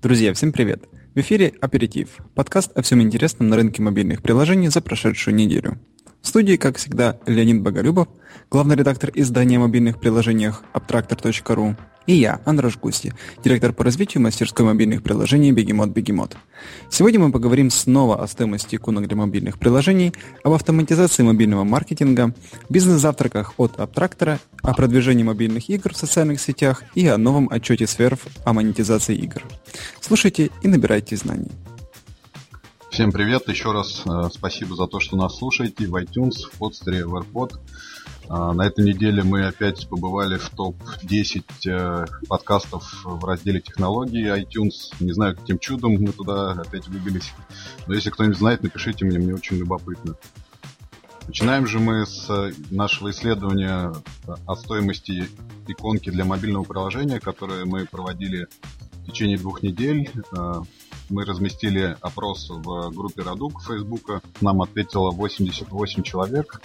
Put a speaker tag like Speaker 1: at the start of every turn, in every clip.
Speaker 1: Друзья, всем привет! В эфире «Аперитив» – подкаст о всем интересном на рынке мобильных приложений за прошедшую неделю. В студии, как всегда, Леонид Боголюбов, главный редактор издания о мобильных приложениях Abtractor.ru, и я, Андраш Густи, директор по развитию мастерской мобильных приложений Бегемот. Сегодня мы поговорим снова о стоимости иконок для мобильных приложений, об автоматизации мобильного маркетинга, бизнес-завтраках от Abtractor, о продвижении мобильных игр в социальных сетях и о новом отчете Sverve о монетизации игр. Слушайте и набирайте знаний.
Speaker 2: Всем привет, еще раз спасибо за то, что нас слушаете в iTunes, в подстере, в AirPod. На этой неделе мы опять побывали в топ-10 подкастов в разделе технологии iTunes. Не знаю, каким чудом мы туда опять выбились. Но если кто-нибудь знает, напишите мне очень любопытно. Начинаем же мы с нашего исследования о стоимости иконки для мобильного приложения, которое мы проводили в течение 2 недель. Мы разместили опрос в группе Радук Фейсбука. Нам ответило 88 человек,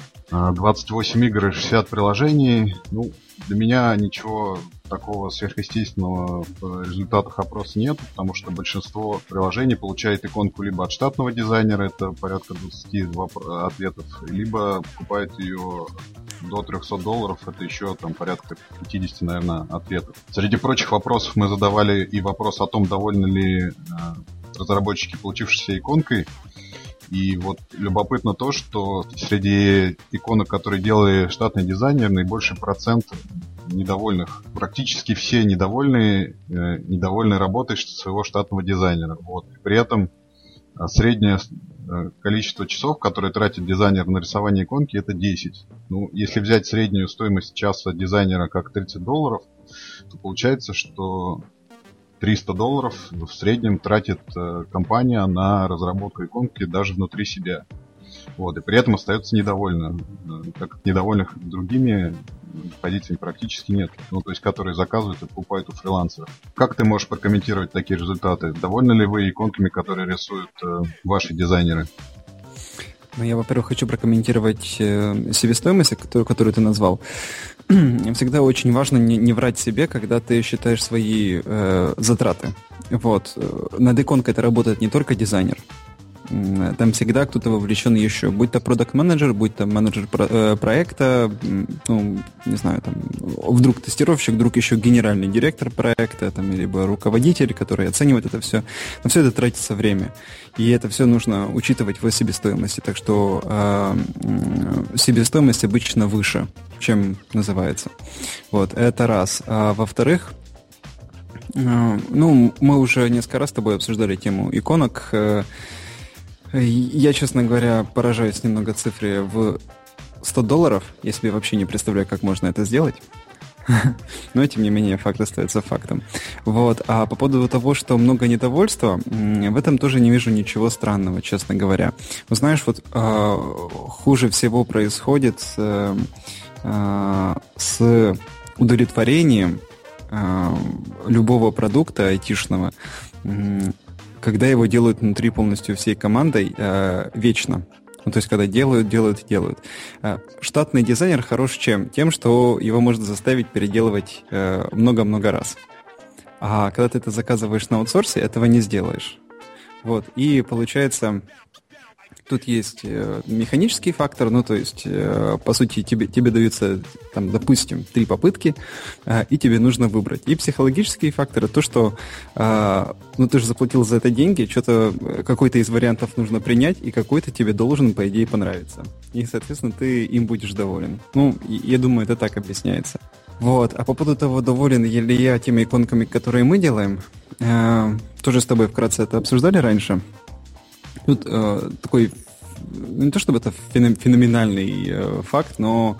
Speaker 2: 28 игр и 60 приложений. Для меня ничего такого сверхъестественного в результатах опроса нет, потому что большинство приложений получает иконку либо от штатного дизайнера, это порядка 22 ответов, либо покупает ее до $300, это еще порядка 50, наверное, ответов. Среди прочих вопросов мы задавали и вопрос о том, довольны ли разработчики получившейся иконкой. И вот любопытно то, что среди иконок, которые делали штатный дизайнер, наибольший процент недовольных. Практически все недовольны работой своего штатного дизайнера. При этом среднее количество часов, которые тратит дизайнер на рисование иконки, это 10. Если взять среднюю стоимость часа дизайнера как $30, то получается, что $300 в среднем тратит компания на разработку иконки даже внутри себя. И при этом остается недовольна. Так как недовольных другими позициями практически нет. То есть, которые заказывают и покупают у фрилансеров. Как ты можешь прокомментировать такие результаты? Довольны ли вы иконками, которые рисуют ваши дизайнеры?
Speaker 1: Я, во-первых, хочу прокомментировать себестоимость, которую ты назвал. Всегда очень важно не врать себе, когда ты считаешь свои затраты. Над иконкой это работает не только дизайнер. Там всегда кто-то вовлечен еще, будь то продакт-менеджер, будь то менеджер проекта, не знаю, вдруг тестировщик, вдруг еще генеральный директор проекта, либо руководитель, который оценивает это все. На все это тратится время. И это все нужно учитывать в себестоимости. Так что себестоимость обычно выше, чем называется. Это раз. А во-вторых, мы уже несколько раз с тобой обсуждали тему иконок. Я, честно говоря, поражаюсь немного цифре в $100. Я себе вообще не представляю, как можно это сделать. Но, тем не менее, факт остается фактом. А по поводу того, что много недовольства, в этом тоже не вижу ничего странного, честно говоря. Знаешь, хуже всего происходит с удовлетворением любого продукта айтишного, когда его делают внутри полностью всей командой вечно. То есть, когда делают. Штатный дизайнер хорош чем? Тем, что его можно заставить переделывать много-много раз. А когда ты это заказываешь на аутсорсе, этого не сделаешь. И получается, тут есть механический фактор, то есть, по сути, тебе даются, допустим, 3 попытки, и тебе нужно выбрать. И психологический фактор — это то, что ты же заплатил за это деньги, что-то, какой-то из вариантов нужно принять, и какой-то тебе должен, по идее, понравиться. И, соответственно, ты им будешь доволен. Я думаю, это так объясняется. А по поводу того, доволен ли я теми иконками, которые мы делаем, тоже с тобой вкратце это обсуждали раньше. Тут такой, не то чтобы это феноменальный факт, но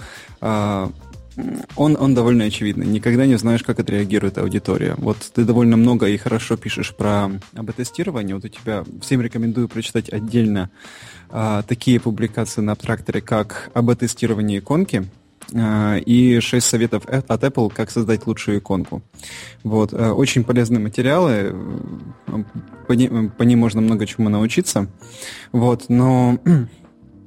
Speaker 1: он довольно очевидный. Никогда не знаешь, как отреагирует аудитория. Ты довольно много и хорошо пишешь про АБ-тестирование. У тебя всем рекомендую прочитать отдельно такие публикации на Abtractor, как АБ-тестирование иконки и 6 советов от Apple, как создать лучшую иконку. Очень полезные материалы, по ним можно много чему научиться. Но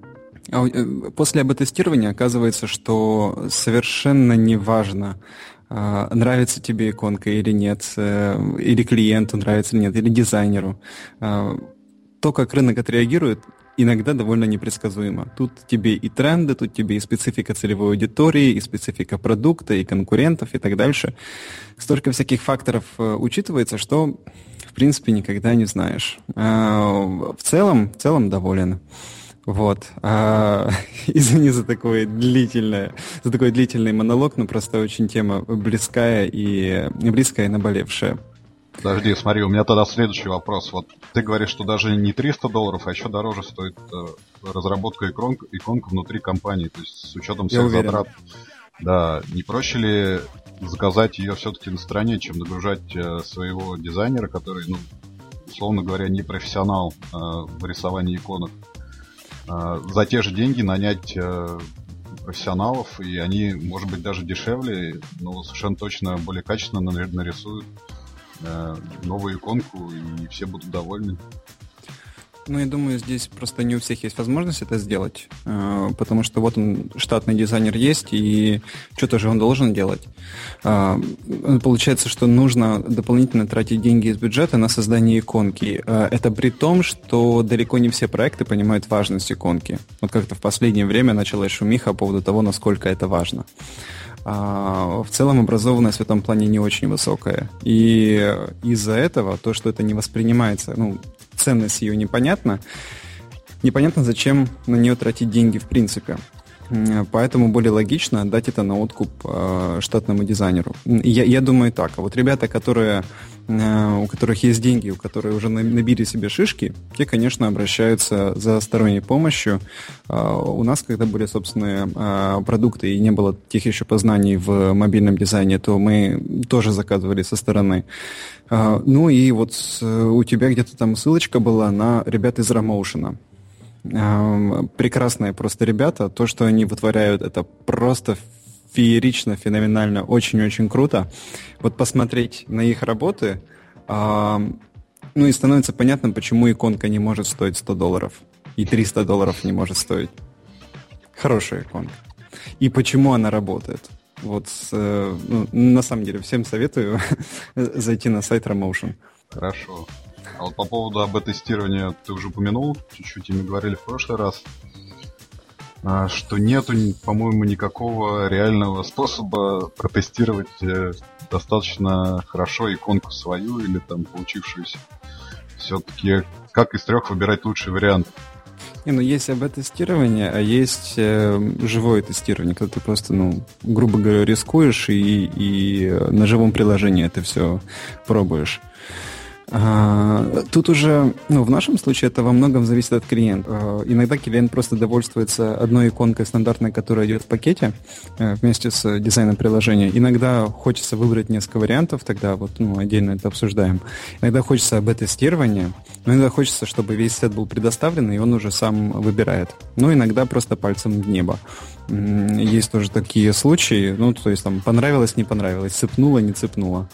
Speaker 1: после АБ-тестирования оказывается, что совершенно не важно, нравится тебе иконка или нет, или клиенту нравится или нет, или дизайнеру. То, как рынок отреагирует, иногда довольно непредсказуемо. Тут тебе и тренды, тут тебе и специфика целевой аудитории, и специфика продукта, и конкурентов, и так дальше. Столько всяких факторов учитывается, что, в принципе, никогда не знаешь. В целом доволен. Вот. Извини за такой длительный монолог, но просто очень тема близкая и наболевшая.
Speaker 2: Подожди, смотри, у меня тогда следующий вопрос. Вот ты говоришь, что даже не $300, а еще дороже стоит разработка иконка внутри компании, то есть с учетом всех затрат. Да, не проще ли заказать ее все-таки на стороне, чем нагружать своего дизайнера, который, условно говоря, не профессионал в рисовании иконок, за те же деньги нанять профессионалов, и они, может быть, даже дешевле, но совершенно точно более качественно нарисуют новую иконку, и все будут довольны.
Speaker 1: Я думаю, здесь просто не у всех есть возможность это сделать, потому что вот он, штатный дизайнер есть, и что-то же он должен делать. Получается, что нужно дополнительно тратить деньги из бюджета на создание иконки. Это при том, что далеко не все проекты понимают важность иконки. Вот как-то в последнее время началась шумиха по поводу того, насколько это важно. В целом образованность в этом плане не очень высокая. И из-за этого то, что это не воспринимается, ценность ее непонятна, зачем на нее тратить деньги в принципе. Поэтому более логично отдать это на откуп штатному дизайнеру. Я думаю так. А вот ребята, у которых есть деньги, у которых уже набили себе шишки, те, конечно, обращаются за сторонней помощью. У нас, когда были собственные продукты и не было тех еще познаний в мобильном дизайне, то мы тоже заказывали со стороны. И вот у тебя где-то там ссылочка была на ребят из Ramotion. Прекрасные просто ребята. То, что они вытворяют, это просто феерично, феноменально, очень-очень круто. Вот посмотреть на их работы, и становится понятно, почему иконка не может стоить $100 и $300 не может стоить. Хорошая иконка. И почему она работает. Вот, на самом деле, всем советую зайти на сайт Ramotion.
Speaker 2: Хорошо. А вот по поводу АБ-тестирования ты уже упомянул, чуть-чуть и мы говорили в прошлый раз, что нету, по-моему, никакого реального способа протестировать достаточно хорошо иконку свою или там получившуюся. Все-таки как из трех выбирать лучший вариант?
Speaker 1: Есть АБ-тестирование, а есть живое тестирование, когда ты просто, грубо говоря, рискуешь и на живом приложении это все пробуешь. Тут уже, в нашем случае это во многом зависит от клиента. Иногда клиент просто довольствуется одной иконкой стандартной, которая идет в пакете вместе с дизайном приложения. Иногда хочется выбрать несколько вариантов, тогда отдельно это обсуждаем. Иногда хочется АБ-тестирования, но иногда хочется, чтобы весь сет был предоставлен, и он уже сам выбирает. Иногда просто пальцем в небо. Есть тоже такие случаи, то есть там понравилось, не понравилось, цепнуло, не цепнуло.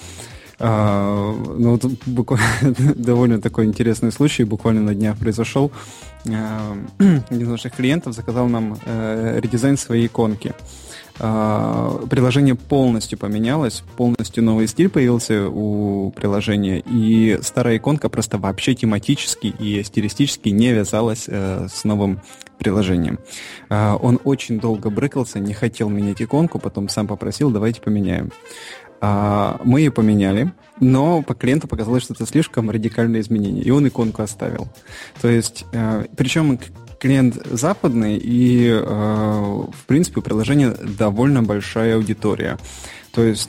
Speaker 1: Буквально довольно такой интересный случай буквально на днях произошел. Один из наших клиентов заказал нам редизайн своей иконки. Приложение полностью поменялось, полностью новый стиль появился у приложения, и старая иконка просто вообще тематически и стилистически не вязалась с новым приложением. Он очень долго брыкался, не хотел менять иконку, потом сам попросил, давайте поменяем. Мы ее поменяли, но по клиенту показалось, что это слишком радикальное изменение, и он иконку оставил. То есть, причем клиент западный, и, в принципе, у приложения довольно большая аудитория. То есть,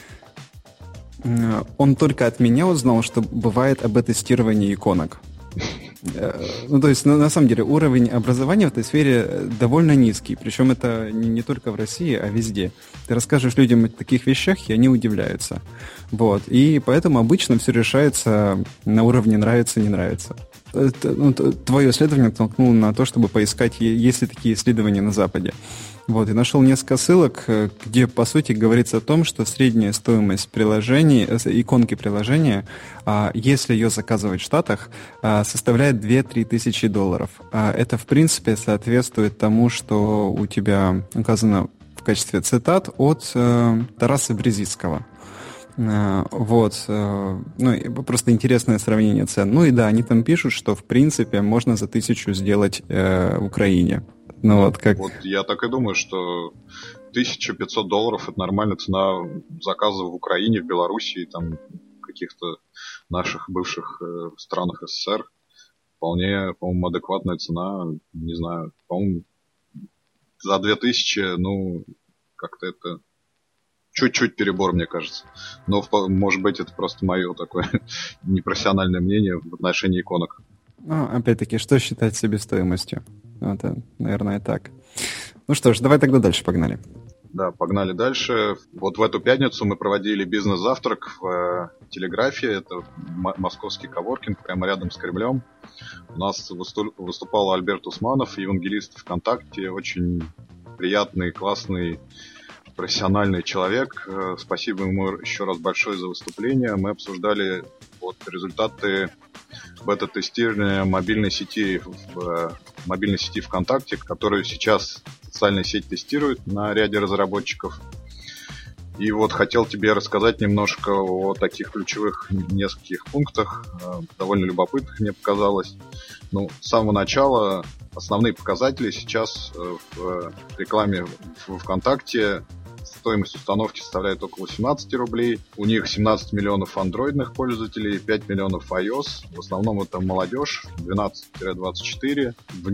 Speaker 1: он только от меня узнал, что бывает АБ-тестирование иконок. То есть, на самом деле, уровень образования в этой сфере довольно низкий. Причем это не только в России, а везде. Ты расскажешь людям о таких вещах, и они удивляются. Вот. И поэтому обычно все решается на уровне нравится-не нравится. Твое исследование толкнуло на то, чтобы поискать, есть ли такие исследования на Западе. Вот, и нашел несколько ссылок, где, по сути, говорится о том, что средняя стоимость иконки приложения, если ее заказывать в Штатах, составляет 2-3 тысячи $. Это, в принципе, соответствует тому, что у тебя указано в качестве цитат от Тараса Брезицкого. Вот. Ну, просто интересное сравнение цен. Ну и да, они там пишут, что в принципе можно за 1000 сделать в Украине. Ну вот как...
Speaker 2: Вот я так и думаю, что $1500 это нормальная цена заказа в Украине, в Белоруссии, там каких-то наших бывших странах СССР. Вполне, по-моему, адекватная цена, не знаю, по-моему, за 2000, ну, как-то это чуть-чуть перебор, мне кажется. Но, может быть, это просто мое такое непрофессиональное мнение в отношении иконок.
Speaker 1: Ну, опять-таки, что считать себестоимостью? Это, наверное, так. Ну что ж, давай тогда дальше погнали.
Speaker 2: Да, погнали дальше. Вот в эту пятницу мы проводили бизнес-завтрак в Телеграфе. Это московский коворкинг, прямо рядом с Кремлем. У нас выступал Альберт Усманов, евангелист ВКонтакте. Очень приятный, классный, профессиональный человек. Спасибо ему еще раз большое за выступление. Мы обсуждали вот результаты бета-тестирования мобильной сети ВКонтакте, которую сейчас социальная сеть тестирует на ряде разработчиков. И вот хотел тебе рассказать немножко о таких ключевых нескольких пунктах, довольно любопытных, мне показалось. Ну, с самого начала основные показатели сейчас в рекламе в ВКонтакте. Стоимость установки составляет около 17 рублей. У них 17 миллионов андроидных пользователей, 5 миллионов iOS. В основном это молодежь, 12-24.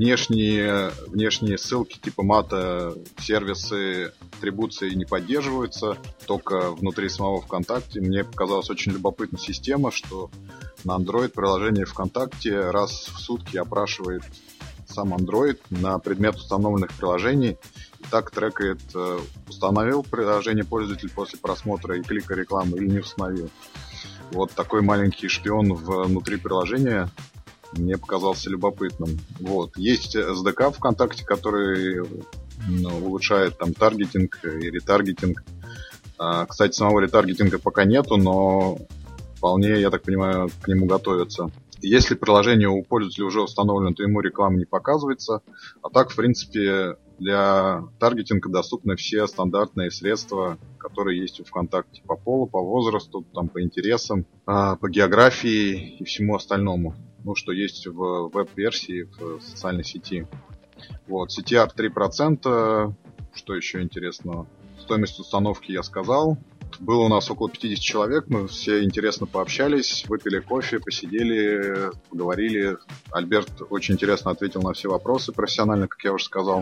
Speaker 2: Внешние ссылки типа мата, сервисы, атрибуции не поддерживаются, только внутри самого ВКонтакте. Мне показалась очень любопытная система, что на Android приложение ВКонтакте раз в сутки опрашивает сам Android на предмет установленных приложений. И так трекает, установил приложение пользователь после просмотра и клика рекламы или не установил. Вот такой маленький шпион внутри приложения мне показался любопытным. Вот. Есть SDK ВКонтакте, который улучшает там таргетинг и ретаргетинг. Кстати, самого ретаргетинга пока нету, но вполне, я так понимаю, к нему готовятся. Если приложение у пользователя уже установлено, то ему реклама не показывается. А так, в принципе, для таргетинга доступны все стандартные средства, которые есть у ВКонтакте по полу, по возрасту, там, по интересам, по географии и всему остальному. Ну, что есть в веб-версии, в социальной сети. Вот, CTR 3%. Что еще интересного? Стоимость установки я сказал. Было у нас около 50 человек, мы все интересно пообщались, выпили кофе, посидели, поговорили. Альберт очень интересно ответил на все вопросы профессионально, как я уже сказал.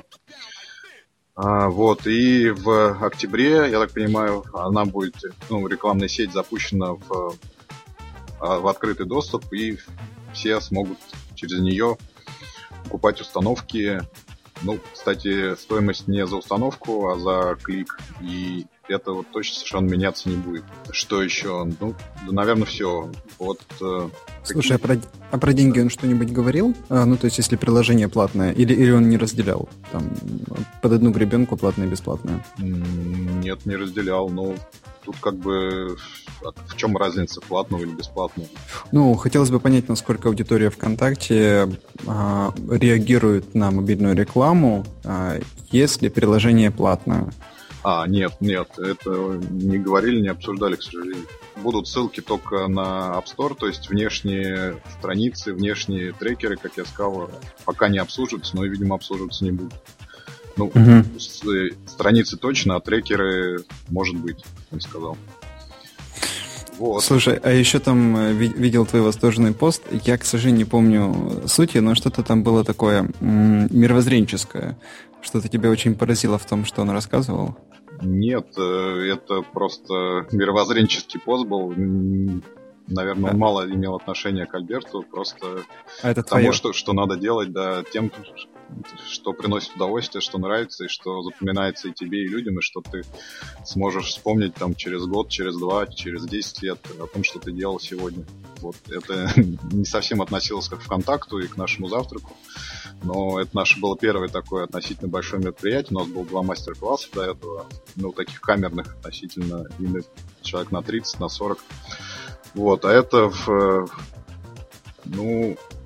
Speaker 2: Вот, и в октябре, я так понимаю, она будет, рекламная сеть запущена в открытый доступ, и все смогут через нее покупать установки. Ну, кстати, стоимость не за установку, а за клик. И это вот точно совершенно меняться не будет. Что еще? Ну, да, наверное, все. Вот.
Speaker 1: Слушай, а про деньги он что-нибудь говорил? Ну, то есть, если приложение платное, или он не разделял? Там, под одну гребенку платное и бесплатное?
Speaker 2: Нет, не разделял. Ну, тут как бы в чем разница, платного или бесплатного? Ну,
Speaker 1: хотелось бы понять, насколько аудитория ВКонтакте реагирует на мобильную рекламу, если приложение платное.
Speaker 2: Нет, это не говорили, не обсуждали, к сожалению. Будут ссылки только на App Store, то есть внешние страницы, внешние трекеры, как я сказал, пока не обслуживаются, но, видимо, обслуживаться не будут. Ну, страницы точно, а трекеры, может быть, я сказал. Вот. Слушай,
Speaker 1: а еще там видел твой восторженный пост. Я, к сожалению, не помню сути, но что-то там было такое мировоззренческое. Что-то тебя очень поразило в том, что он рассказывал?
Speaker 2: Нет, это просто мировоззренческий пост был. Наверное, он мало имел отношения к Альберту, просто к тому, что надо делать, да, тем, что приносит удовольствие, что нравится, и что запоминается и тебе, и людям, и что ты сможешь вспомнить там через год, через 2, через 10 лет о том, что ты делал сегодня. Вот это не совсем относилось как к ВКонтакту и к нашему завтраку, но это наше было первое такое относительно большое мероприятие. У нас было 2 мастер-класса до этого, таких камерных относительно, человек на 30, на 40. Вот, а это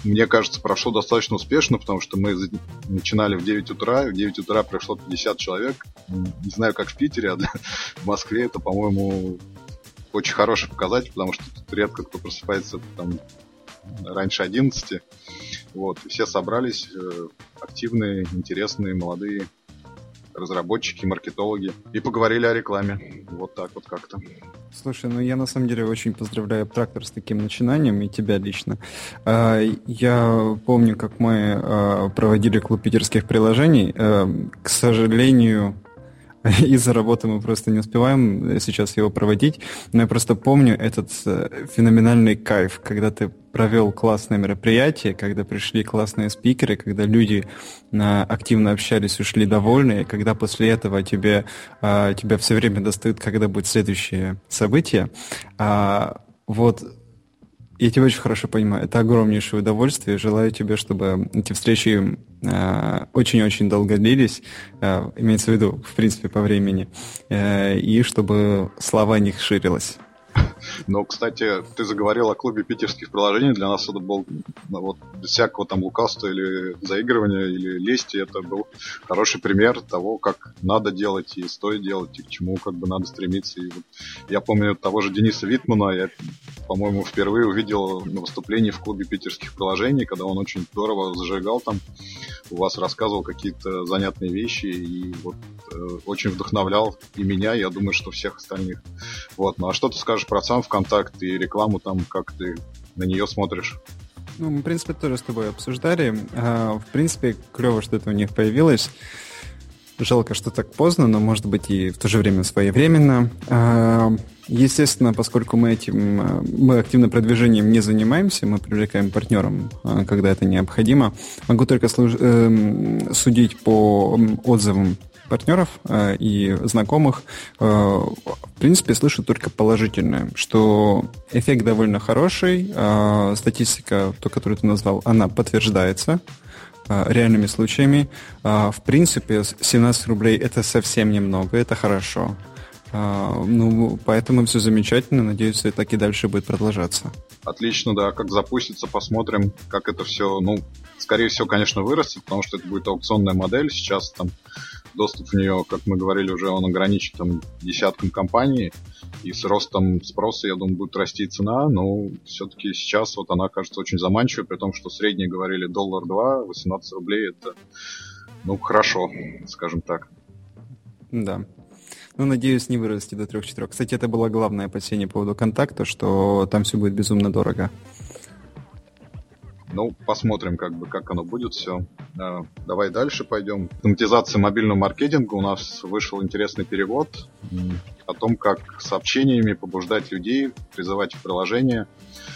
Speaker 2: мне кажется, прошло достаточно успешно, потому что мы начинали в 9 утра, в 9 утра пришло 50 человек. Не знаю, как в Питере, а в Москве это, по-моему, очень хороший показатель, потому что тут редко кто просыпается там раньше 11. Вот, и все собрались, активные, интересные, молодые разработчики, маркетологи, и поговорили о рекламе. Вот так вот как-то.
Speaker 1: Слушай, ну я на самом деле очень поздравляю Трактор с таким начинанием, и тебя лично. Я помню, как мы проводили клуб питерских приложений. К сожалению, из-за работы мы просто не успеваем сейчас его проводить, но я просто помню этот феноменальный кайф, когда ты провел классное мероприятие, когда пришли классные спикеры, когда люди активно общались, ушли довольные, когда после этого тебя все время достают, когда будет следующее событие. Вот я тебя очень хорошо понимаю. Это огромнейшее удовольствие. Желаю тебе, чтобы эти встречи очень-очень долго длились, имеется в виду, в принципе, по времени, и чтобы слава о них ширилась.
Speaker 2: Но, кстати, ты заговорил о клубе питерских приложений. Для нас это был, вот, без всякого там лукавства или заигрывания, или лести, это был хороший пример того, как надо делать и стоит делать, и к чему как бы надо стремиться. И вот я помню того же Дениса Витмана, я, по-моему, впервые увидел на выступлении в клубе питерских приложений, когда он очень здорово зажигал там, у вас рассказывал какие-то занятные вещи, и вот очень вдохновлял и меня, я думаю, что всех остальных. Вот. Ну а что ты скажешь про сам ВКонтакте и рекламу там, как ты на нее смотришь?
Speaker 1: Ну, мы, в принципе, тоже с тобой обсуждали. В принципе, клево, что это у них появилось. Жалко, что так поздно, но, может быть, и в то же время своевременно. Естественно, поскольку мы активно продвижением не занимаемся, мы привлекаем партнерам, когда это необходимо. Могу только судить по отзывам партнеров и знакомых. В принципе, слышу только положительное, что эффект довольно хороший. Статистика, ту, которую ты назвал, она подтверждается реальными случаями. В принципе, 17 рублей это совсем немного, это хорошо. Ну, поэтому все замечательно. Надеюсь, это так и дальше будет продолжаться.
Speaker 2: Отлично, да. Как запустится, посмотрим, как это все, ну, скорее всего, конечно, вырастет, потому что это будет аукционная модель. Сейчас там доступ в нее, как мы говорили уже, он ограничен там десяткам компаний. И с ростом спроса, я думаю, будет расти цена, но все-таки сейчас вот она кажется очень заманчивой, при том, что средние говорили $2, 18 рублей это, ну, хорошо, скажем так.
Speaker 1: Да. Ну, надеюсь, не вырасти до 3-4. Кстати, это было главное опасение по поводу контакта, что там все будет безумно дорого.
Speaker 2: Ну, посмотрим, как оно будет все. Давай дальше пойдем. Автоматизация мобильного маркетинга. У нас вышел интересный перевод о том, как сообщениями побуждать людей, призывать в приложение.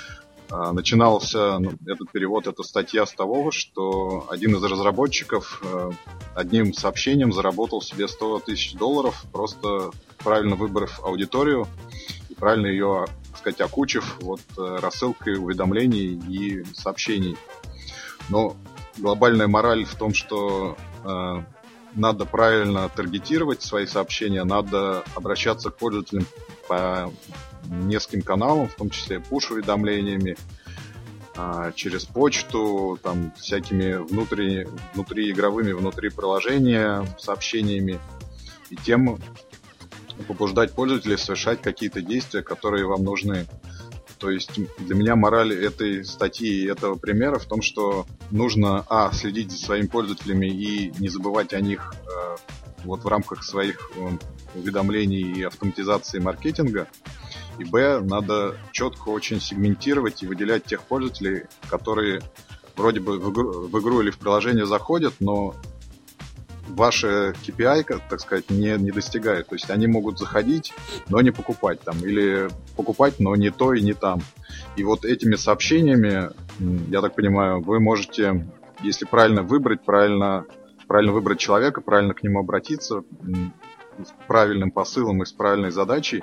Speaker 2: Начинался этот перевод, эта статья с того, что один из разработчиков одним сообщением заработал себе $100 тысяч, просто правильно выбрав аудиторию и правильно ее, так сказать, окучив вот рассылкой уведомлений и сообщений. Но глобальная мораль в том, что надо правильно таргетировать свои сообщения, надо обращаться к пользователям по нескольким каналам, в том числе push-уведомлениями, через почту, там, всякими внутриигровыми, внутри приложения сообщениями, и тем побуждать пользователей совершать какие-то действия, которые вам нужны. То есть для меня мораль этой статьи и этого примера в том, что нужно, следить за своими пользователями и не забывать о них вот в рамках своих уведомлений и автоматизации маркетинга, и надо четко очень сегментировать и выделять тех пользователей, которые вроде бы в игру или в приложение заходят, но ваша KPI, так сказать, не достигает. То есть они могут заходить, но не покупать там, или покупать, но не то и не там. И вот этими сообщениями, я так понимаю, вы можете, если правильно выбрать, правильно выбрать человека, правильно к нему обратиться, с правильным посылом и с правильной задачей,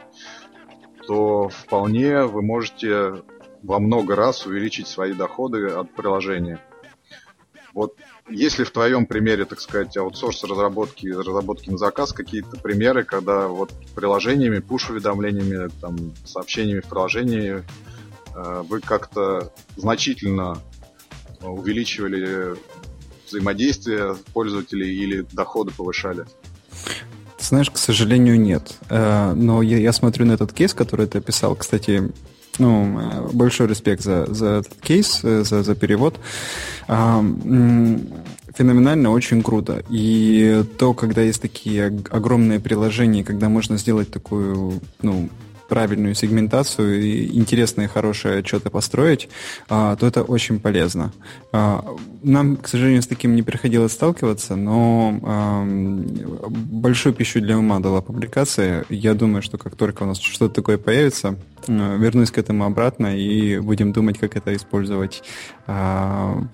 Speaker 2: то вполне вы можете во много раз увеличить свои доходы от приложения. Вот если в твоем примере, так сказать, аутсорс разработки на заказ, какие-то примеры, когда вот приложениями, пуш-уведомлениями, там, сообщениями в приложении вы как-то значительно увеличивали взаимодействие пользователей или доходы повышали?
Speaker 1: Ты знаешь, к сожалению, нет. Но я смотрю на этот кейс, который ты описал. Кстати, большой респект за этот кейс, за перевод. Феноменально, очень круто. И то, когда есть такие огромные приложения, когда можно сделать такую, правильную сегментацию и интересные, хорошие отчеты построить, то это очень полезно. Нам, к сожалению, с таким не приходилось сталкиваться, но большую пищу для ума дала публикация. Я думаю, что как только у нас что-то такое появится, вернусь к этому обратно и будем думать, как это использовать на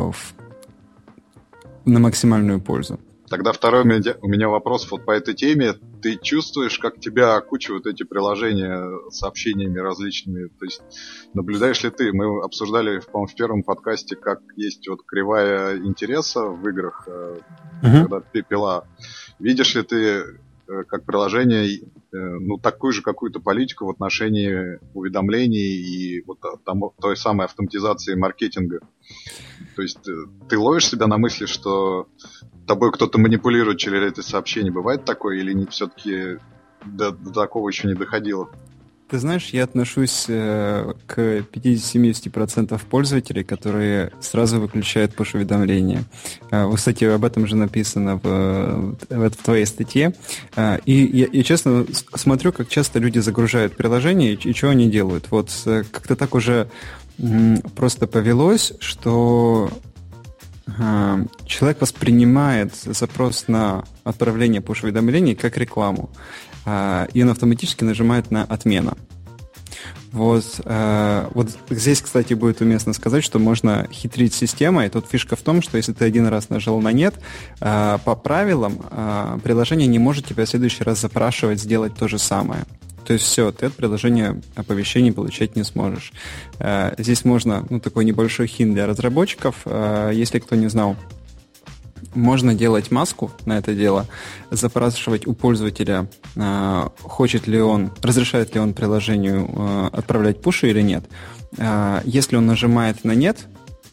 Speaker 1: максимальную пользу.
Speaker 2: Тогда второй у меня вопрос вот по этой теме. Ты чувствуешь, как тебя окучивают эти приложения сообщениями различными? То есть наблюдаешь ли ты? Мы обсуждали, по-моему, в первом подкасте, как есть вот кривая интереса в играх, когда пила. Видишь ли ты, как приложение, такую же какую-то политику в отношении уведомлений и вот той самой автоматизации маркетинга? То есть ты ловишь себя на мысли, что тобой кто-то манипулирует через эти сообщения? Бывает такое или все-таки до такого еще не доходило?
Speaker 1: Ты знаешь, я отношусь к 50-70% пользователей, которые сразу выключают push-уведомления. Кстати, об этом же написано в твоей статье. И я честно смотрю, как часто люди загружают приложение и что они делают. Вот как-то так уже просто повелось, что человек воспринимает запрос на отправление push-уведомлений как рекламу, и он автоматически нажимает на «Отмена». Вот здесь, кстати, будет уместно сказать, что можно хитрить системой. Тут фишка в том, что если ты один раз нажал на «Нет», по правилам приложение не может тебя в следующий раз запрашивать сделать то же самое. То есть все, ты от приложения оповещений получать не сможешь. Здесь можно, такой небольшой хинт для разработчиков. Если кто не знал, можно делать маску на это дело, запрашивать у пользователя, разрешает ли он приложению отправлять пуши или нет. Если он нажимает на «нет»,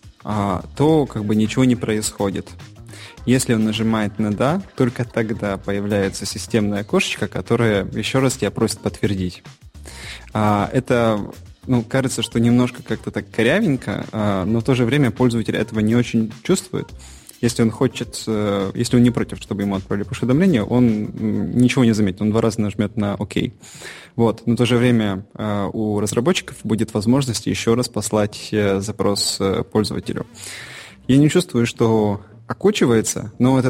Speaker 1: то ничего не происходит. Если он нажимает на «да», только тогда появляется системное окошечко, которое еще раз тебя просит подтвердить. Это, кажется, что немножко как-то так корявенько, но в то же время пользователь этого не очень чувствует. Если он не против, чтобы ему отправили push-уведомление, он ничего не заметит, он 2 раза нажмет на «Ок». Вот. Но в то же время у разработчиков будет возможность еще раз послать запрос пользователю. Я не чувствую, что окучивается, но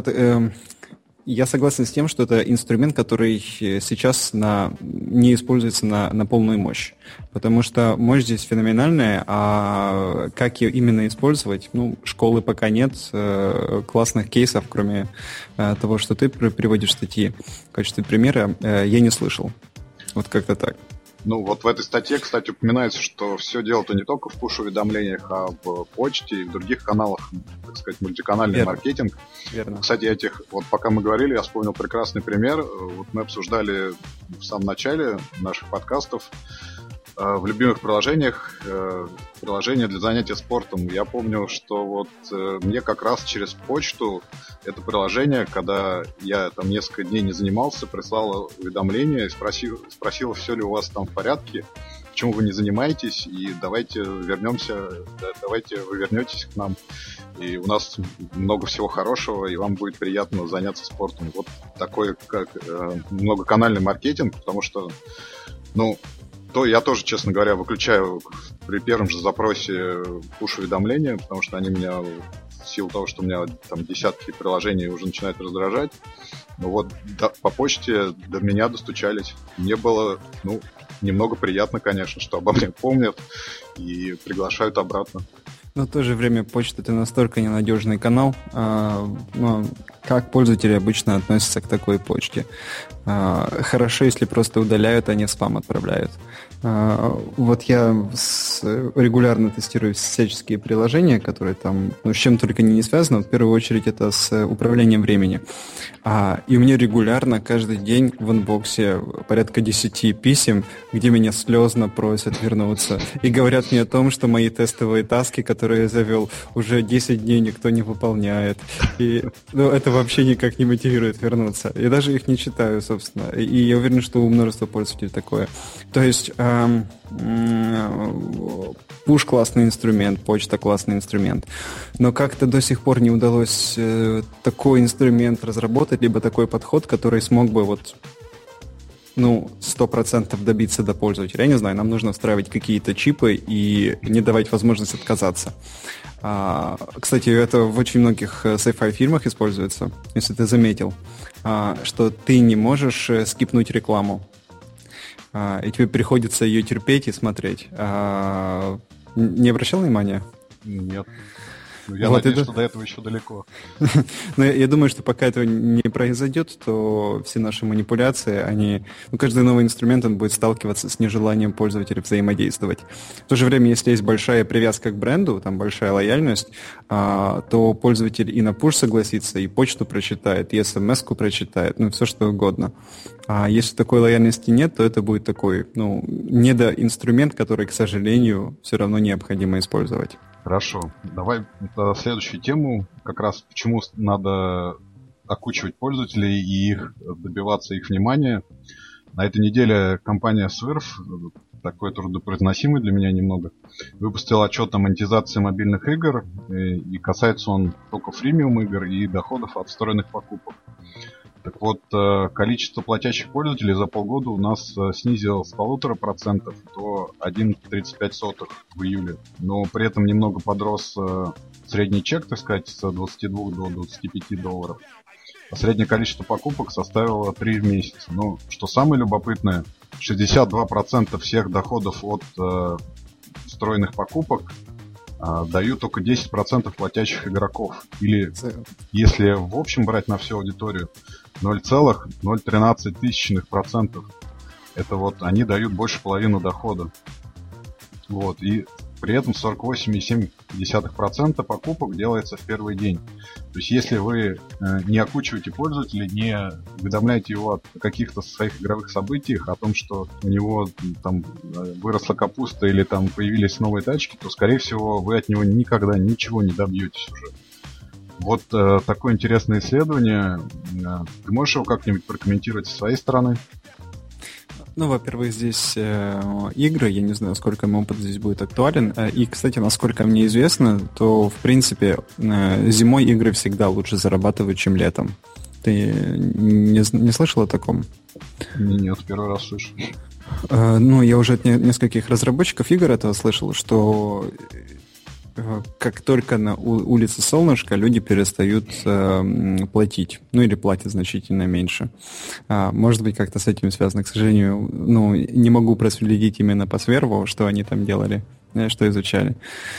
Speaker 1: я согласен с тем, что это инструмент, который сейчас не используется на полную мощь. Потому что мощь здесь феноменальная, а как ее именно использовать? Школы пока нет, классных кейсов, кроме того, что ты приводишь в статьи. В качестве примера я не слышал. Вот как-то так.
Speaker 2: Вот в этой статье, кстати, упоминается, что все дело-то не только в пуш-уведомлениях, а в почте и в других каналах, так сказать, мультиканальный маркетинг.
Speaker 1: Верно.
Speaker 2: Кстати, пока мы говорили, я вспомнил прекрасный пример. Вот мы обсуждали в самом начале наших подкастов в любимых приложениях приложение для занятия спортом. Я помню, что мне как раз через почту это приложение, когда я там несколько дней не занимался, прислало уведомление и спросило, все ли у вас там в порядке, почему вы не занимаетесь, и давайте вы вернетесь к нам, и у нас много всего хорошего, и вам будет приятно заняться спортом. Вот такой многоканальный маркетинг, потому что, то я тоже, честно говоря, выключаю при первом же запросе push-уведомления, потому что они меня, в силу того, что у меня там десятки приложений уже начинают раздражать. По почте до меня достучались. Мне было, немного приятно, конечно, что обо мне помнят и приглашают обратно.
Speaker 1: Но в то же время почта — это настолько ненадежный канал. Как пользователи обычно относятся к такой почте? Хорошо, если просто удаляют, а не в спам отправляют. Вот я регулярно тестирую всяческие приложения, которые там, с чем только не связано. В первую очередь это с управлением времени. И у меня регулярно каждый день в инбоксе порядка 10 писем, где меня слезно просят вернуться. И говорят мне о том, что мои тестовые таски, которые я завел, уже 10 дней никто не выполняет. И это вообще никак не мотивирует вернуться. Я даже их не читаю, собственно. И я уверен, что у множества пользователей такое. То есть пуш классный инструмент, почта классный инструмент. Но как-то до сих пор не удалось такой инструмент разработать, либо такой подход, который смог бы 100% добиться до пользователя. Я не знаю, нам нужно встраивать какие-то чипы и не давать возможность отказаться. Кстати, это в очень многих sci-fi фильмах используется, если ты заметил, что ты не можешь скипнуть рекламу. И тебе приходится ее терпеть и смотреть. Не обращал внимания?
Speaker 2: Нет. Я надеюсь, что до этого еще далеко.
Speaker 1: Но я думаю, что пока этого не произойдет, то все наши манипуляции, каждый новый инструмент, он будет сталкиваться с нежеланием пользователя взаимодействовать. В то же время, если есть большая привязка к бренду, там большая лояльность, то пользователь и на пуш согласится, и почту прочитает, и смс-ку прочитает, все что угодно. А если такой лояльности нет, то это будет такой, недоинструмент, который, к сожалению, все равно необходимо использовать.
Speaker 2: Хорошо. Давай следующую тему, как раз почему надо окучивать пользователей и добиваться их внимания. На этой неделе компания Swerve, такой труднопроизносимый для меня немного, выпустила отчет о монетизации мобильных игр, и касается он только фримиум игр и доходов от встроенных покупок. Так вот, количество платящих пользователей за полгода у нас снизилось с 1,5% до 1,35 в июле. Но при этом немного подрос средний чек, так сказать, с 22 до 25 долларов. А среднее количество покупок составило 3 в месяц. Но что самое любопытное, 62% всех доходов от встроенных покупок дают только 10% платящих игроков. Или, если в общем брать на всю аудиторию, 0,013%. Это они дают больше половины дохода. И при этом 48,7% покупок делается в первый день. То есть, если вы не окучиваете пользователя, не уведомляете его о каких-то своих игровых событиях, о том, что у него там выросла капуста или там появились новые тачки, то, скорее всего, вы от него никогда ничего не добьетесь уже. Такое интересное исследование. Ты можешь его как-нибудь прокомментировать со своей стороны?
Speaker 1: Во-первых, здесь игры, я не знаю, сколько мой опыт здесь будет актуален. И, кстати, насколько мне известно, то, в принципе, зимой игры всегда лучше зарабатывают, чем летом. Ты не слышал о таком?
Speaker 2: Нет, первый раз слышу.
Speaker 1: Я уже от нескольких разработчиков игр этого слышал, что как только на улице солнышко, люди перестают платить. Или платят значительно меньше. Может быть, как-то с этим связано. К сожалению, не могу проследить именно по Сверву, что они там делали, что изучали.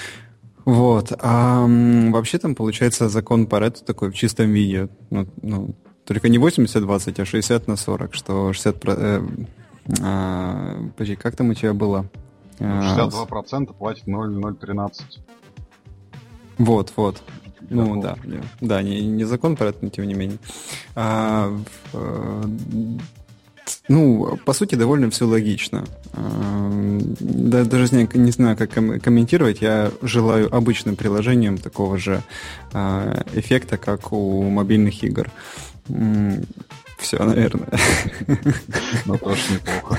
Speaker 1: А вообще там получается закон Парето такой в чистом виде. Только не 80-20, а 60/40, что 60%... Подожди, как там у тебя было?
Speaker 2: 62% платит 0,013.
Speaker 1: Вот. Да, не закон про это, но тем не менее. По сути, довольно все логично. Даже не знаю, как комментировать. Я желаю обычным приложениям такого же эффекта, как у мобильных игр. Все, наверное.
Speaker 2: Тоже неплохо.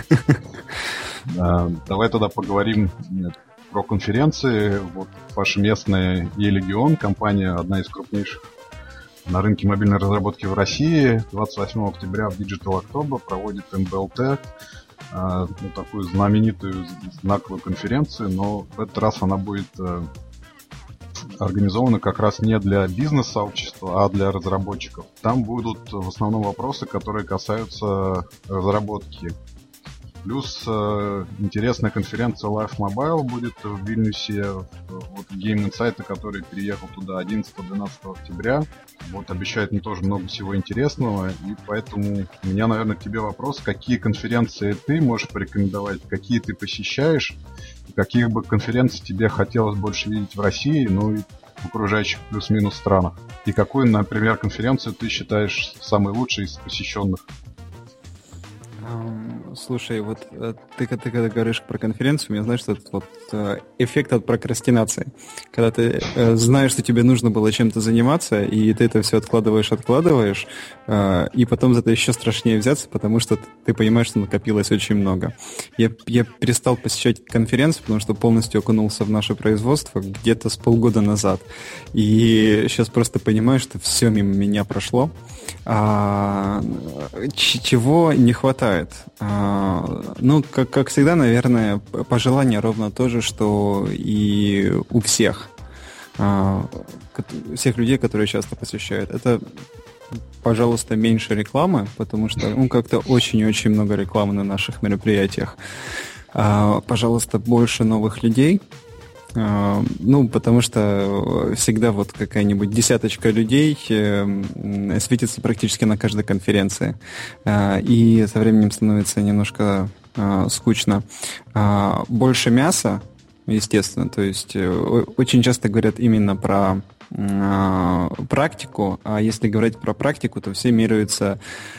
Speaker 2: Давай тогда поговорим про конференции. Ваша местная eLegion, компания, одна из крупнейших на рынке мобильной разработки в России, 28 октября в Digital October проводит MBLT, такую знаменитую знаковую конференцию, но в этот раз она будет организована как раз не для бизнес-сообщества, а для разработчиков. Там будут в основном вопросы, которые касаются разработки. Плюс интересная конференция Live Mobile будет в Вильнюсе в Game Insight, который переехал туда 11-12 октября. Вот обещает мне тоже много всего интересного, и поэтому у меня, наверное, к тебе вопрос, какие конференции ты можешь порекомендовать, какие ты посещаешь, и каких бы конференций тебе хотелось больше видеть в России, ну и в окружающих плюс-минус странах. И какую, например, конференцию ты считаешь самой лучшей из посещенных?
Speaker 1: Слушай, вот ты когда говоришь про конференцию, у меня, знаешь, этот вот эффект от прокрастинации. Когда ты знаешь, что тебе нужно было чем-то заниматься, и ты это все откладываешь, и потом за это еще страшнее взяться, потому что ты понимаешь, что накопилось очень много. Я перестал посещать конференции, потому что полностью окунулся в наше производство где-то с полгода назад. И сейчас просто понимаю, что все мимо меня прошло. Чего не хватает? Ну, как всегда, наверное, пожелание ровно то же, что и у всех людей, которые часто посещают. Это, пожалуйста, меньше рекламы, потому что как-то очень-очень много рекламы на наших мероприятиях. Пожалуйста, больше новых людей. Потому что всегда вот какая-нибудь десяточка людей светится практически на каждой конференции. И со временем становится немножко скучно. Больше мяса, естественно. То есть очень часто говорят именно про практику. А если говорить про практику, то все меряются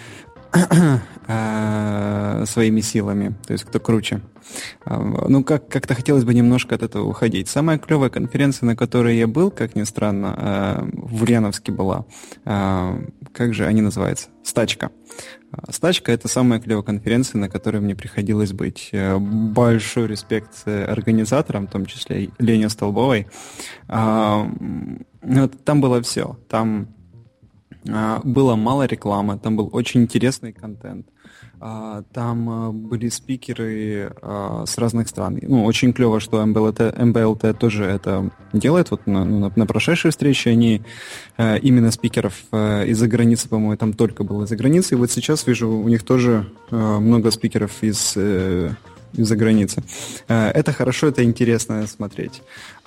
Speaker 1: своими силами, то есть кто круче. Как-то хотелось бы немножко от этого уходить. Самая клевая конференция, на которой я был, как ни странно, в Ульяновске была. Как же они называются? Стачка. Стачка — это самая клевая конференция, на которой мне приходилось быть. Большой респект организаторам, в том числе Лене Столбовой. Там было все. Там было мало рекламы, там был очень интересный контент. Там были спикеры с разных стран. Очень клево, что МБЛТ тоже это делает. Вот на прошедшей встрече они именно спикеров из-за границы, по-моему, там только было из-за границы. И вот сейчас вижу, у них тоже много спикеров из-за границы. Это хорошо, это интересно смотреть.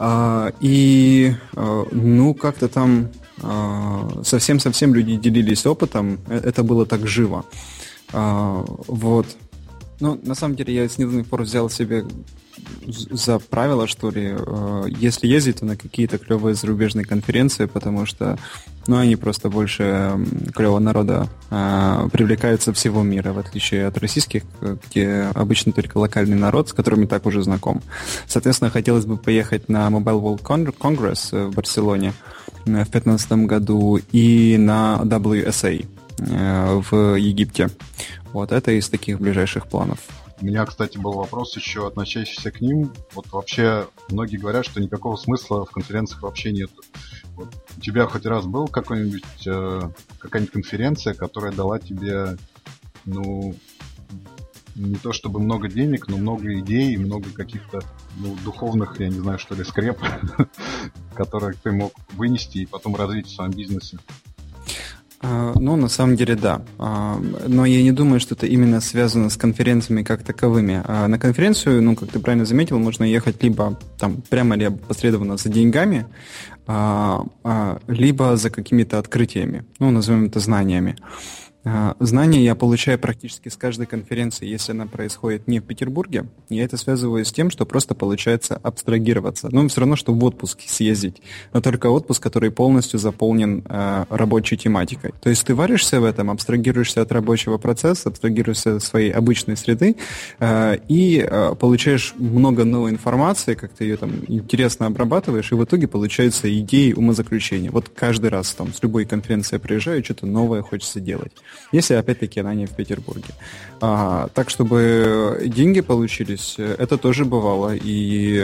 Speaker 1: Как-то там совсем-совсем люди делились опытом. Это было так живо. Вот. На самом деле, я с недавних пор взял себе за правило, что ли, если ездить, то на какие-то клевые зарубежные конференции, потому что, они просто больше клевого народа привлекают со всего мира, в отличие от российских, где обычно только локальный народ, с которым и так уже знаком. Соответственно, хотелось бы поехать на Mobile World Congress в Барселоне в 2015 году и на WSA в Египте. Вот это из таких ближайших планов.
Speaker 2: У меня, кстати, был вопрос еще, относящийся к ним. Вот вообще многие говорят, что никакого смысла в конференциях вообще нет. Вот у тебя хоть раз был какая-нибудь конференция, которая дала тебе, не то чтобы много денег, но много идей, много каких-то духовных, я не знаю, что ли, скреп, которые ты мог вынести и потом развить в своем бизнесе?
Speaker 1: На самом деле, да. Но я не думаю, что это именно связано с конференциями как таковыми. На конференцию, как ты правильно заметил, можно ехать либо там прямо, либо опосредованно за деньгами, либо за какими-то открытиями, назовем это знаниями. Знания я получаю практически с каждой конференции, если она происходит не в Петербурге. Я это связываю с тем, что просто получается абстрагироваться. Все равно, что в отпуск съездить. Но только отпуск, который полностью заполнен рабочей тематикой. То есть ты варишься в этом, абстрагируешься от рабочего процесса, абстрагируешься от своей обычной среды и получаешь много новой информации, как ты ее там интересно обрабатываешь, и в итоге получаются идеи, умозаключения. Вот каждый раз там с любой конференции я приезжаю, что-то новое хочется делать. Если, опять-таки, она не в Петербурге. Так, чтобы деньги получились, это тоже бывало. И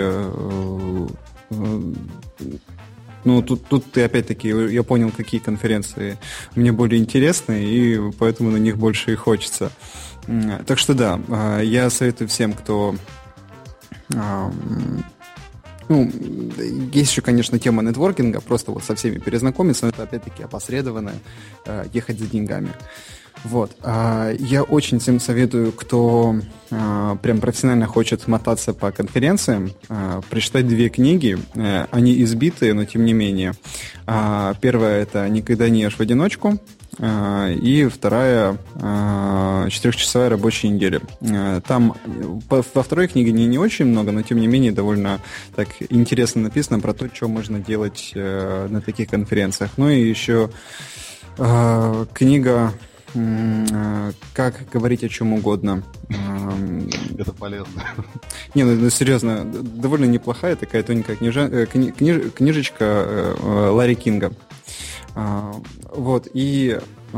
Speaker 1: тут ты, опять-таки, я понял, какие конференции мне более интересны, и поэтому на них больше и хочется. Так что да, я советую всем, кто... есть еще, конечно, тема нетворкинга, просто вот со всеми перезнакомиться, но это, опять-таки, опосредованно ехать за деньгами. Вот. Я очень всем советую, кто прям профессионально хочет мотаться по конференциям, прочитать 2 книги. Они избитые, но тем не менее. Первая — это «Никогда не ешь в одиночку», и вторая — «4-часовая рабочая неделя». Там во второй книге не очень много, но тем не менее довольно так интересно написано про то, что можно делать на таких конференциях. Ну и еще книга «Как говорить о чем угодно».
Speaker 2: Это полезно.
Speaker 1: Не, ну серьезно, довольно неплохая такая тоненькая книжечка Ларри Кинга. Вот, и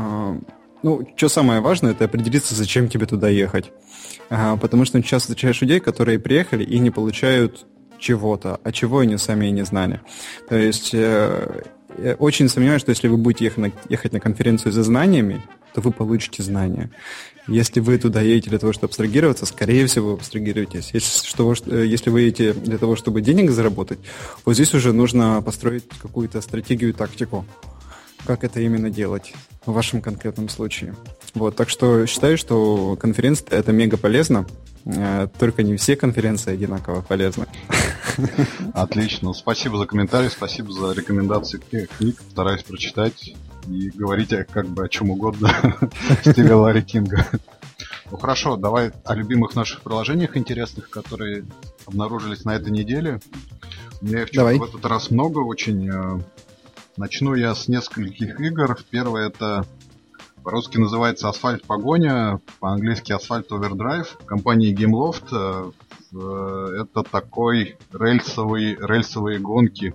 Speaker 1: что самое важное, это определиться, зачем тебе туда ехать. Потому что часто встречаешь людей, которые приехали и не получают чего-то, а чего они сами и не знали. То есть я очень сомневаюсь, что если вы будете ехать на конференцию за знаниями, то вы получите знания. Если вы туда едете для того, чтобы абстрагироваться, скорее всего, вы абстрагируетесь. Если вы едете для того, чтобы денег заработать, вот здесь уже нужно построить какую-то стратегию, тактику, как это именно делать в вашем конкретном случае. Вот, так что считаю, что конференция — это мега полезно, только не все конференции одинаково полезны.
Speaker 2: Отлично. Спасибо за комментарий, спасибо за рекомендации книг. Стараюсь прочитать и говорить как бы о чем угодно в стиле Ларри Кинга. Ну хорошо, давай о любимых наших приложениях интересных, которые обнаружились на этой неделе. У меня их в этот раз много очень. Начну я с нескольких игр. Первое — это по-русски называется «Асфальт Погоня», по-английски «Асфальт Овердрайв», компании Gameloft. Это такой рельсовые гонки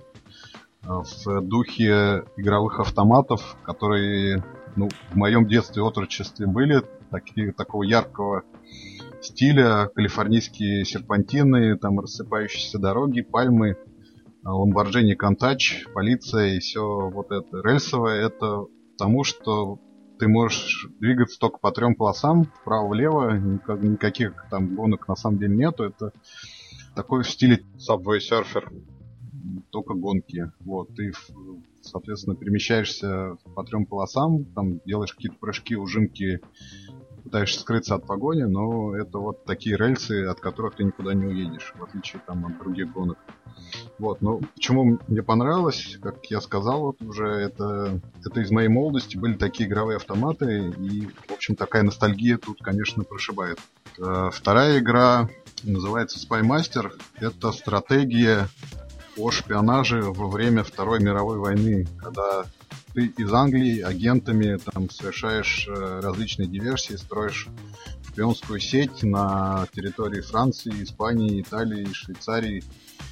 Speaker 2: в духе игровых автоматов, которые в моем детстве и отрочестве были такого яркого стиля: калифорнийские серпантины, там рассыпающиеся дороги, пальмы, Lamborghini Countach, полиция и все вот это. Рельсовое — это потому, что ты можешь двигаться только по 3 полосам, вправо-влево, никаких там гонок на самом деле нету. Это такой в стиле Subway Surfer, только гонки. Вот, ты, соответственно, перемещаешься по 3 полосам, там делаешь какие-то прыжки, ужимки, пытаешься скрыться от погони, но это вот такие рельсы, от которых ты никуда не уедешь, в отличие там от других гонок. Вот, почему мне понравилось, как я сказал, вот уже это из моей молодости были такие игровые автоматы, и, в общем, такая ностальгия тут, конечно, прошибает. Вторая игра называется Spy Master. Это стратегия о шпионаже во время Второй мировой войны, когда ты из Англии агентами там совершаешь различные диверсии, строишь шпионскую сеть на территории Франции, Испании, Италии, Швейцарии.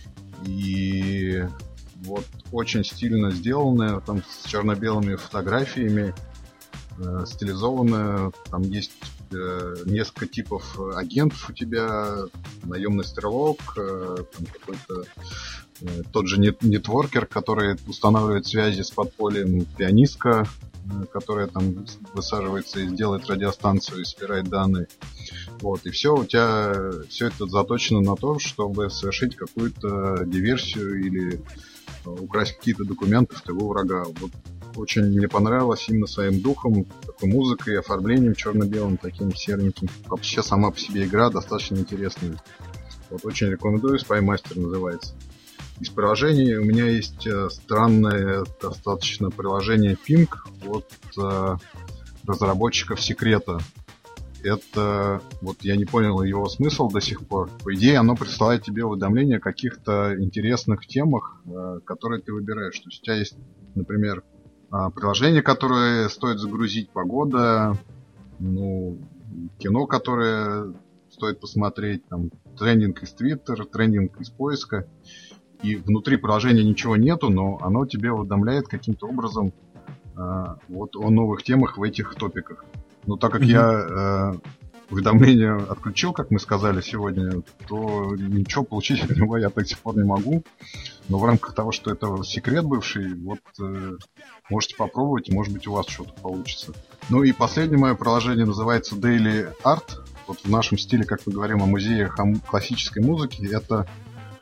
Speaker 2: И вот очень стильно сделанная, там с черно-белыми фотографиями, стилизованная. Там есть несколько типов агентов у тебя: наемный стрелок, там какой-то тот же нетворкер, который устанавливает связи с подпольем, пианистка, которая там высаживается и делает радиостанцию и собирает данные. Вот, и все, у тебя все это заточено на то, чтобы совершить какую-то диверсию или украсть какие-то документы в тылу врага. Вот очень мне понравилось именно своим духом, такой музыкой, оформлением черно-белым, таким сереньким. Вообще сама по себе игра достаточно интересная. Вот очень рекомендую, Spy Master называется. Из приложений у меня есть странное достаточно приложение Ping от разработчиков Секрета. Это, вот я не понял его смысл до сих пор. По идее, оно присылает тебе уведомления о каких-то интересных темах, которые ты выбираешь. То есть у тебя есть, например, приложение, которое стоит загрузить, погода, кино, которое стоит посмотреть, там, трендинг из Twitter, трендинг из поиска. И внутри приложения ничего нету, но оно тебе уведомляет каким-то образом вот о новых темах в этих топиках. Но так как я уведомления отключил, как мы сказали сегодня, то ничего получить от него я до сих пор не могу. Но в рамках того, что это секрет бывший, вот можете попробовать, и может быть у вас что-то получится. Ну и последнее мое приложение называется Daily Art. Вот в нашем стиле, как мы говорим о музеях классической музыки, это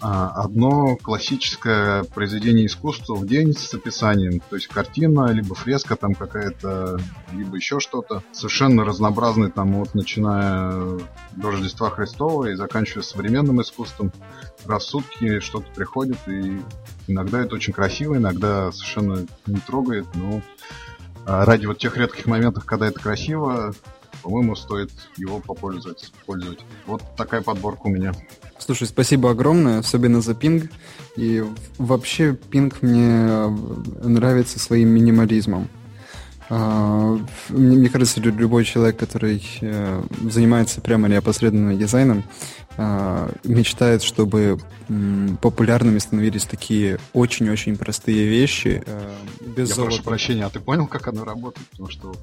Speaker 2: одно классическое произведение искусства в день с описанием, то есть картина, либо фреска там какая-то, либо еще что-то. Совершенно разнообразный, там вот начиная до Рождества Христова и заканчивая современным искусством. Раз в сутки что-то приходит, и иногда это очень красиво, иногда совершенно не трогает, но ради вот тех редких моментов, когда это красиво, по-моему, стоит его попользоваться. Вот такая подборка у меня.
Speaker 1: Слушай, спасибо огромное, особенно за Ping. И вообще Ping мне нравится своим минимализмом. Мне кажется, любой человек, который занимается прямо или опосредованно дизайном, мечтает, чтобы популярными становились такие очень-очень простые вещи. Без
Speaker 2: Я
Speaker 1: золота.
Speaker 2: прошу прощения, а ты понял, как оно работает? Потому что...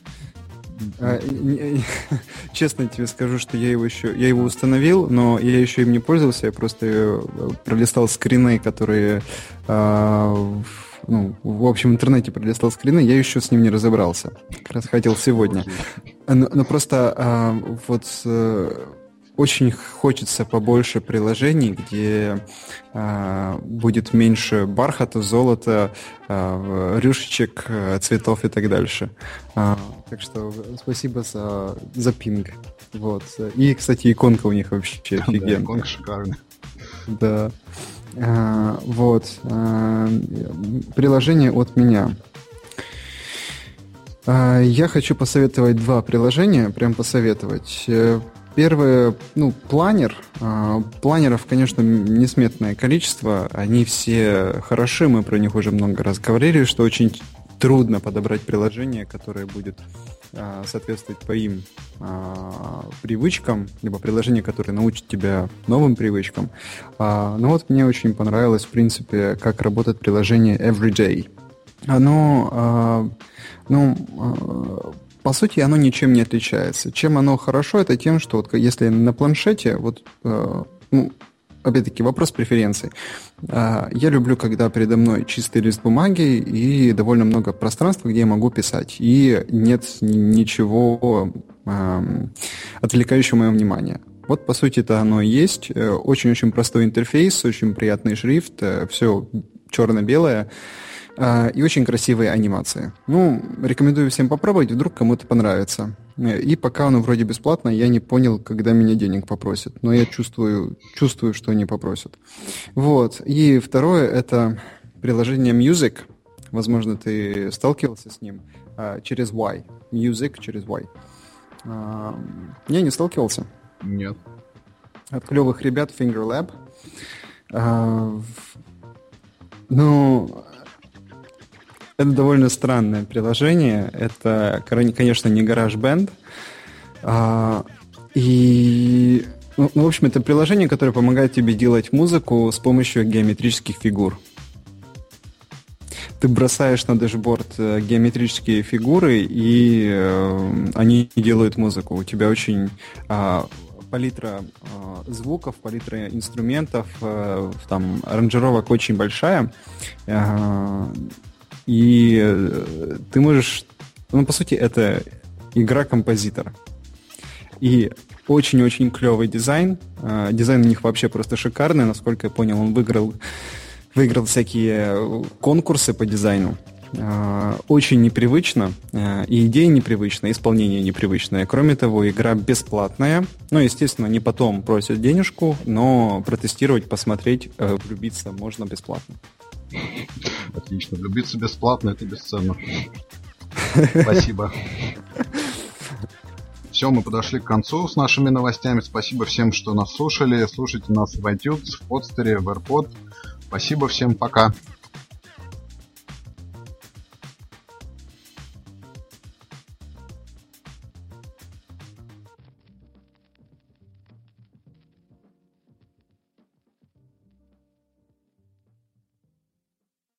Speaker 1: Честно тебе скажу, что я его установил, но я еще им не пользовался, я просто пролистал скрины, которые в общем, в интернете пролистал скрины, я еще с ним не разобрался. Как раз хотел сегодня. Но просто очень хочется побольше приложений, где будет меньше бархата, золота, рюшечек, цветов и так дальше. Так что спасибо за Ping. Вот. И, кстати, иконка у них вообще офигенная.
Speaker 2: Да, иконка шикарная.
Speaker 1: Да. Вот. Приложение от меня. Я хочу посоветовать два приложения, прям посоветовать. Первое, планер. Планеров, конечно, несметное количество. Они все хороши, мы про них уже много раз говорили, что очень трудно подобрать приложение, которое будет соответствовать твоим привычкам, либо приложение, которое научит тебя новым привычкам. Но вот мне очень понравилось, в принципе, как работает приложение Everyday. Оно, по сути, оно ничем не отличается. Чем оно хорошо, это тем, что вот если на планшете, опять-таки, вопрос преференций. Я люблю, когда передо мной чистый лист бумаги и довольно много пространства, где я могу писать. И нет ничего отвлекающего мое внимание. Вот, по сути, это оно и есть. Очень-очень простой интерфейс, очень приятный шрифт, все черно-белое. И очень красивые анимации. Рекомендую всем попробовать, вдруг кому-то понравится. И пока оно вроде бесплатно, я не понял, когда меня денег попросят. Но я чувствую, что не попросят. Вот. И второе, это приложение Music. Возможно, ты сталкивался с ним через Y. Music через Y. Я не сталкивался.
Speaker 2: Нет.
Speaker 1: От клевых ребят Finger Lab. Это довольно странное приложение. Это, конечно, не GarageBand. В общем, это приложение, которое помогает тебе делать музыку с помощью геометрических фигур. Ты бросаешь на дэшборд геометрические фигуры, и они делают музыку. У тебя очень палитра звуков, палитра инструментов, там аранжировок очень большая. И ты можешь... по сути, это игра-композитор. И очень-очень клевый дизайн. Дизайн у них вообще просто шикарный. Насколько я понял, он выиграл всякие конкурсы по дизайну. Очень непривычно. И идея непривычная, исполнение непривычное. Кроме того, игра бесплатная. Естественно, не потом просят денежку, но протестировать, посмотреть, влюбиться можно бесплатно.
Speaker 2: Отлично. Влюбиться бесплатно — это бесценно. Спасибо. Все, мы подошли к концу с нашими новостями. Спасибо всем, что нас слушали. Слушайте нас в iTunes, в Podster, в AirPod. Спасибо всем, пока.